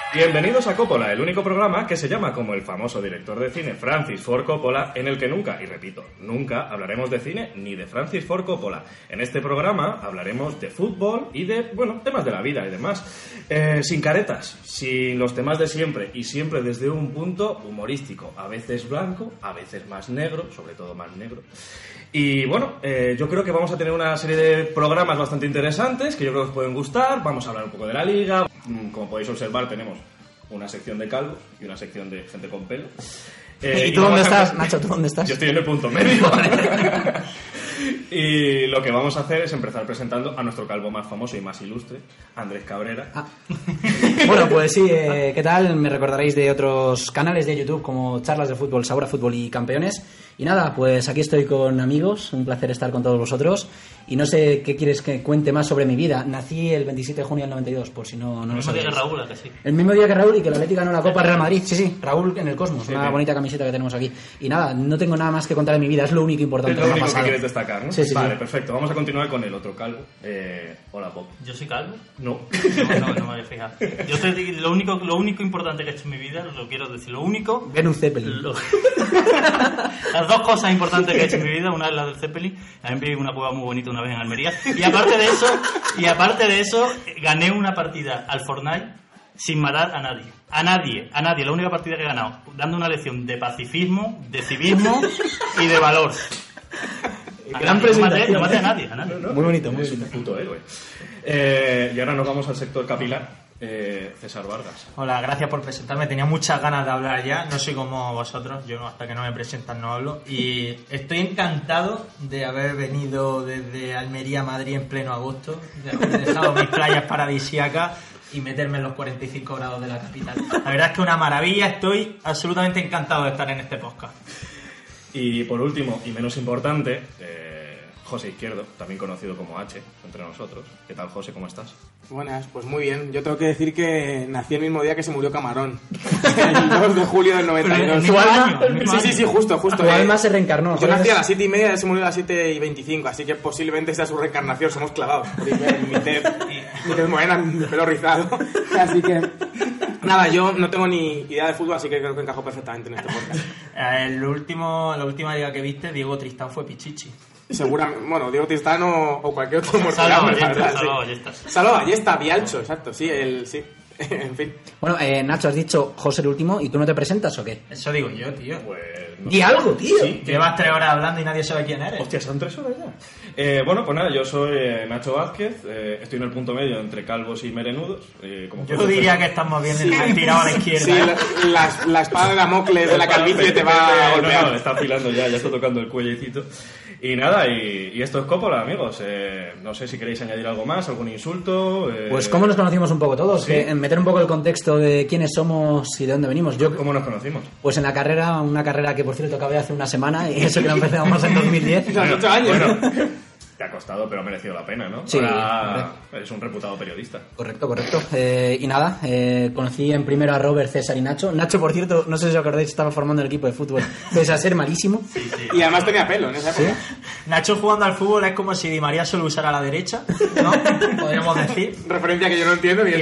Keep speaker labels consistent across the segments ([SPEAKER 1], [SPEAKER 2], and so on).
[SPEAKER 1] Bienvenidos a Coppola, el único programa que se llama como el famoso director de cine Francis Ford Coppola, en el que nunca, y repito, nunca hablaremos de cine ni de Francis Ford Coppola. En este programa hablaremos de fútbol y de, bueno, temas de la vida y demás. Sin caretas, sin los temas de siempre y siempre desde un punto humorístico, a veces blanco, a veces más negro, sobre todo más negro. Y bueno, yo creo que vamos a tener una serie de programas bastante interesantes que yo creo que os pueden gustar. Vamos a hablar un poco de la liga. Como podéis observar, tenemos una sección de calvos y una sección de gente con pelo.
[SPEAKER 2] ¿Y tú dónde estás, Nacho? ¿Tú dónde estás?
[SPEAKER 1] Yo estoy en el punto medio. Y lo que vamos a hacer es empezar presentando a nuestro calvo más famoso y más ilustre, Andrés Cabrera.
[SPEAKER 2] Bueno, pues sí, ¿qué tal? Me recordaréis de otros canales de YouTube como Charlas de Fútbol, Sabor a Fútbol y Campeones. Y nada, pues aquí estoy con amigos, un placer estar con todos vosotros. Y no sé qué quieres que cuente más sobre mi vida. Nací el 27 de junio del 92, por si no lo sabéis.
[SPEAKER 3] El mismo día que Raúl, ¿a que sí?
[SPEAKER 2] El mismo día que Raúl y que el Atlético ganó la Copa Real Madrid. Sí, Raúl en el Cosmos, sí, una bonita camiseta que tenemos aquí. Y nada, no tengo nada más que contar de mi vida, es lo único importante.
[SPEAKER 1] Es lo único que quieres destacar, ¿no?
[SPEAKER 2] Sí,
[SPEAKER 1] vale, perfecto. Vamos a continuar con el otro calvo. Hola, Pop.
[SPEAKER 3] ¿Yo soy calvo?
[SPEAKER 1] No.
[SPEAKER 3] No me había fijado. Yo te digo, lo único importante que he hecho en mi vida, lo quiero decir, lo único...
[SPEAKER 2] Ven un Zeppelin.
[SPEAKER 3] Las dos cosas importantes que he hecho en mi vida, una es la del Zeppelin, también vi una cueva muy bonita una vez en Almería, y aparte de eso, gané una partida al Fortnite sin matar a nadie. A nadie, la única partida que he ganado, dando una lección de pacifismo, de civismo y de valor.
[SPEAKER 2] Gran presentación.
[SPEAKER 3] No maté a nadie.
[SPEAKER 1] No.
[SPEAKER 2] Muy bonito, muy
[SPEAKER 1] bonito. Es un puto héroe. Y ahora nos vamos al sector capilar. César Vargas.
[SPEAKER 4] Hola, gracias por presentarme. Tenía muchas ganas de hablar ya. No soy como vosotros, yo hasta que no me presentan no hablo. Y estoy encantado de haber venido desde Almería a Madrid en pleno agosto, de haber dejado mis playas paradisíacas y meterme en los 45 grados de la capital. La verdad es que una maravilla. Estoy absolutamente encantado de estar en este podcast.
[SPEAKER 1] Y por último, y menos importante, José Izquierdo, también conocido como H, entre nosotros. ¿Qué tal, José? ¿Cómo estás?
[SPEAKER 5] Buenas, pues muy bien. Yo tengo que decir que nací el mismo día que se murió Camarón. El 2 de julio del 92.
[SPEAKER 2] ¿Tu alma?
[SPEAKER 5] Sí, justo.
[SPEAKER 2] Tu alma se reencarnó.
[SPEAKER 5] Yo nací a las 7:30 y él se murió a las 7:25, así que posiblemente sea su reencarnación. Somos clavados. Mi tez morena, mi pelo rizado. Así que... Nada, yo no tengo ni idea de fútbol, así que creo que encajo perfectamente en este podcast.
[SPEAKER 4] La última liga que viste, Diego Tristán fue Pichichi.
[SPEAKER 5] Seguramente, bueno, Diego Tristán o cualquier otro
[SPEAKER 3] Salva
[SPEAKER 5] Ballesta, Bialcho, exacto, sí. En fin.
[SPEAKER 2] Bueno, Nacho, has dicho José el último y tú no te presentas o qué?
[SPEAKER 4] Eso digo yo, tío.
[SPEAKER 1] Pues... No
[SPEAKER 2] ¡Di algo, tío!
[SPEAKER 1] Sí,
[SPEAKER 4] llevas 3 horas hablando y nadie sabe quién eres.
[SPEAKER 1] Hostia, son 3 horas ya. Bueno, pues nada, yo soy Nacho Vázquez, estoy en el punto medio entre calvos y merenudos.
[SPEAKER 4] Yo diría que estamos bien tirado a la izquierda.
[SPEAKER 5] Sí, la espada de Damocles de la calvicie te va a golpear.
[SPEAKER 1] No, está afilando ya está tocando el cuellecito. Y nada, y esto es Coppola, amigos. No sé si queréis añadir algo más, algún insulto.
[SPEAKER 2] Pues cómo nos conocimos un poco todos, ¿sí? Meter un poco el contexto de quiénes somos y de dónde venimos.
[SPEAKER 1] ¿Cómo nos conocimos?
[SPEAKER 2] Pues en la carrera, una carrera que por cierto acabé hace una semana, y eso que la empezamos en 2010.
[SPEAKER 5] Los 8 años.
[SPEAKER 1] Bueno, te ha costado, pero ha merecido la pena, ¿no?
[SPEAKER 2] Sí.
[SPEAKER 1] Ahora eres un reputado periodista.
[SPEAKER 2] Correcto. Y nada, conocí en primero a Robert, César y Nacho. Nacho, por cierto, no sé si os acordáis, estaba formando el equipo de fútbol, pese a ser malísimo.
[SPEAKER 3] Sí.
[SPEAKER 5] Y además tenía pelo en esa época.
[SPEAKER 2] ¿Sí?
[SPEAKER 4] Nacho jugando al fútbol es como si Di María solo usara la derecha, ¿no? Podríamos decir.
[SPEAKER 5] Referencia que yo no entiendo ni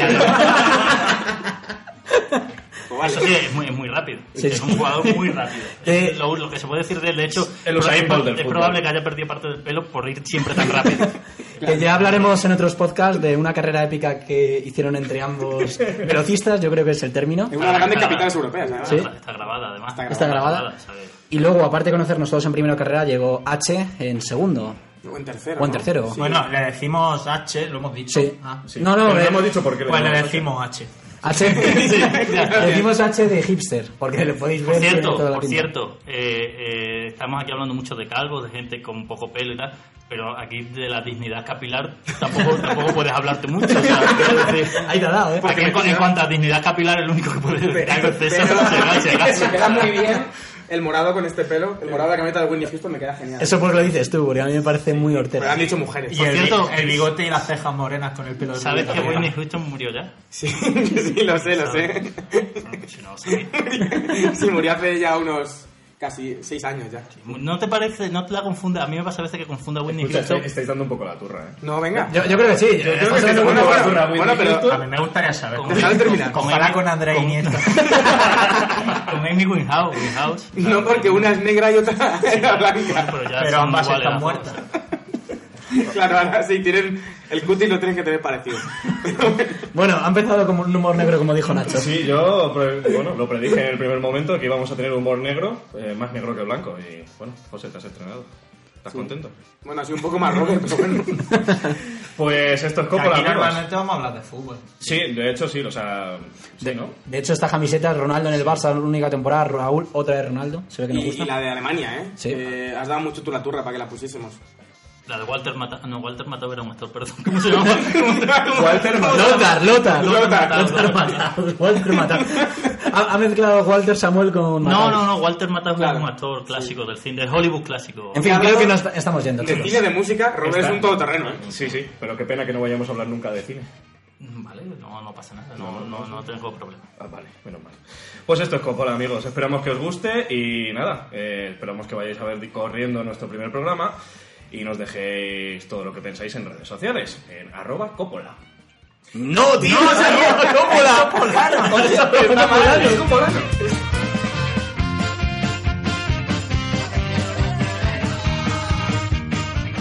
[SPEAKER 3] Eso sí, es muy rápido.
[SPEAKER 2] Sí.
[SPEAKER 3] Es un jugador muy rápido. Lo que se puede decir de él, de hecho, es probable que haya perdido parte del pelo por ir siempre tan rápido.
[SPEAKER 2] Que ya hablaremos en otros podcasts de una carrera épica que hicieron entre ambos velocistas, yo creo que es el término.
[SPEAKER 5] En una de las grandes capitales europeas, ¿sabes?
[SPEAKER 2] Sí.
[SPEAKER 3] Está grabada, además.
[SPEAKER 2] Está grabada. Y luego, aparte de conocernos todos en primera carrera, llegó H en segundo.
[SPEAKER 5] O en tercero.
[SPEAKER 2] O en tercero.
[SPEAKER 4] Sí. Bueno, le decimos H, lo hemos dicho.
[SPEAKER 2] Sí.
[SPEAKER 1] Sí.
[SPEAKER 2] No,
[SPEAKER 1] pero no hemos dicho por qué.
[SPEAKER 4] Pues le decimos H.
[SPEAKER 2] Decimos H de hipster, porque lo podéis ver.
[SPEAKER 3] Por cierto, estamos aquí hablando mucho de calvos, de gente con poco pelo y tal, pero aquí de la dignidad capilar tampoco puedes hablarte mucho. O sea,
[SPEAKER 2] ahí te ha dado, ¿eh?
[SPEAKER 3] Aquí en cuanto a dignidad capilar, el único que puede decir algo es César.
[SPEAKER 5] Se queda muy bien el morado con este pelo, el morado de la camioneta de Whitney Houston me queda genial.
[SPEAKER 2] Eso pues lo dices tú, porque a mí me parece muy hortero.
[SPEAKER 5] Me lo han dicho mujeres.
[SPEAKER 4] Y el bigote y las cejas morenas con el pelo.
[SPEAKER 3] ¿Sabes que Whitney Houston murió ya?
[SPEAKER 5] Sí, lo sé.
[SPEAKER 3] Si no, sí.
[SPEAKER 5] Sí, murió hace ya unos casi 6 años ya.
[SPEAKER 3] ¿No te parece, no te la confunde? A mí me pasa a veces que confunda Whitney
[SPEAKER 1] Escucha,
[SPEAKER 3] Houston.
[SPEAKER 1] estáis dando un poco la turra, ¿eh?
[SPEAKER 5] No, venga.
[SPEAKER 2] Yo creo que sí.
[SPEAKER 1] Yo creo que estáis dando un poco la turra,
[SPEAKER 5] bueno,
[SPEAKER 1] Whitney
[SPEAKER 5] pero-
[SPEAKER 1] Houston.
[SPEAKER 4] A mí me gustaría saber.
[SPEAKER 5] Dejadme terminar.
[SPEAKER 4] Ojalá con Andrea Iniesta.
[SPEAKER 3] Con Amy Winehouse.
[SPEAKER 5] No, porque una es negra y otra era blanca.
[SPEAKER 4] Pero
[SPEAKER 3] son
[SPEAKER 4] ambas
[SPEAKER 3] iguales
[SPEAKER 4] están
[SPEAKER 3] las dos.
[SPEAKER 4] muertas.
[SPEAKER 5] Claro, ahora sí, tienen el cutis lo tienen que tener parecido.
[SPEAKER 2] Bueno, ha empezado como un humor negro, como dijo Nacho.
[SPEAKER 1] Sí, yo lo predije en el primer momento que íbamos a tener humor negro, más negro que blanco. Y bueno, José, te has estrenado. ¿Estás contento?
[SPEAKER 5] Bueno, ha sido un poco más rojo, pero bueno.
[SPEAKER 1] Pues esto es Coppola,
[SPEAKER 4] Aquí
[SPEAKER 1] amigos.
[SPEAKER 4] normalmente vamos a hablar de fútbol.
[SPEAKER 1] Sí, de hecho sí, o sea... Sí, ¿no?
[SPEAKER 2] De hecho, esta camiseta, Ronaldo en el Barça, la única temporada, Raúl, otra de Ronaldo. Se ve que nos
[SPEAKER 5] Y
[SPEAKER 2] gusta.
[SPEAKER 5] la de Alemania, ¿eh?
[SPEAKER 2] Sí.
[SPEAKER 5] Has dado mucho tú la turra para que la pusiésemos.
[SPEAKER 3] La de Walter Matthau. No, Walter Matthau era un actor, perdón. ¿Cómo se llama?
[SPEAKER 1] Walter
[SPEAKER 2] Lothar
[SPEAKER 3] Lothar.
[SPEAKER 2] Walter Matthau. Ha mezclado Walter Samuel con Matthau.
[SPEAKER 3] No, Walter Matthau
[SPEAKER 5] Claro.
[SPEAKER 3] es un actor clásico del cine, de Hollywood clásico.
[SPEAKER 2] En fin, creo que nos estamos yendo,
[SPEAKER 5] De
[SPEAKER 2] chicos.
[SPEAKER 5] cine, de música, Robert es un todoterreno, ¿eh?
[SPEAKER 1] Sí, sí, pero qué pena que no vayamos a hablar nunca de cine.
[SPEAKER 3] Vale, no pasa nada, no tengo problema.
[SPEAKER 1] Ah, vale, menos mal. Pues esto es Coppola, amigos. Esperamos que os guste y nada, esperamos que vayáis a ver corriendo nuestro primer programa y nos dejéis todo lo que pensáis en redes sociales, en @Coppola.
[SPEAKER 2] ¡No, tío! ¡No, Coppola! ¡Coppola!
[SPEAKER 1] ¡Es Copolano!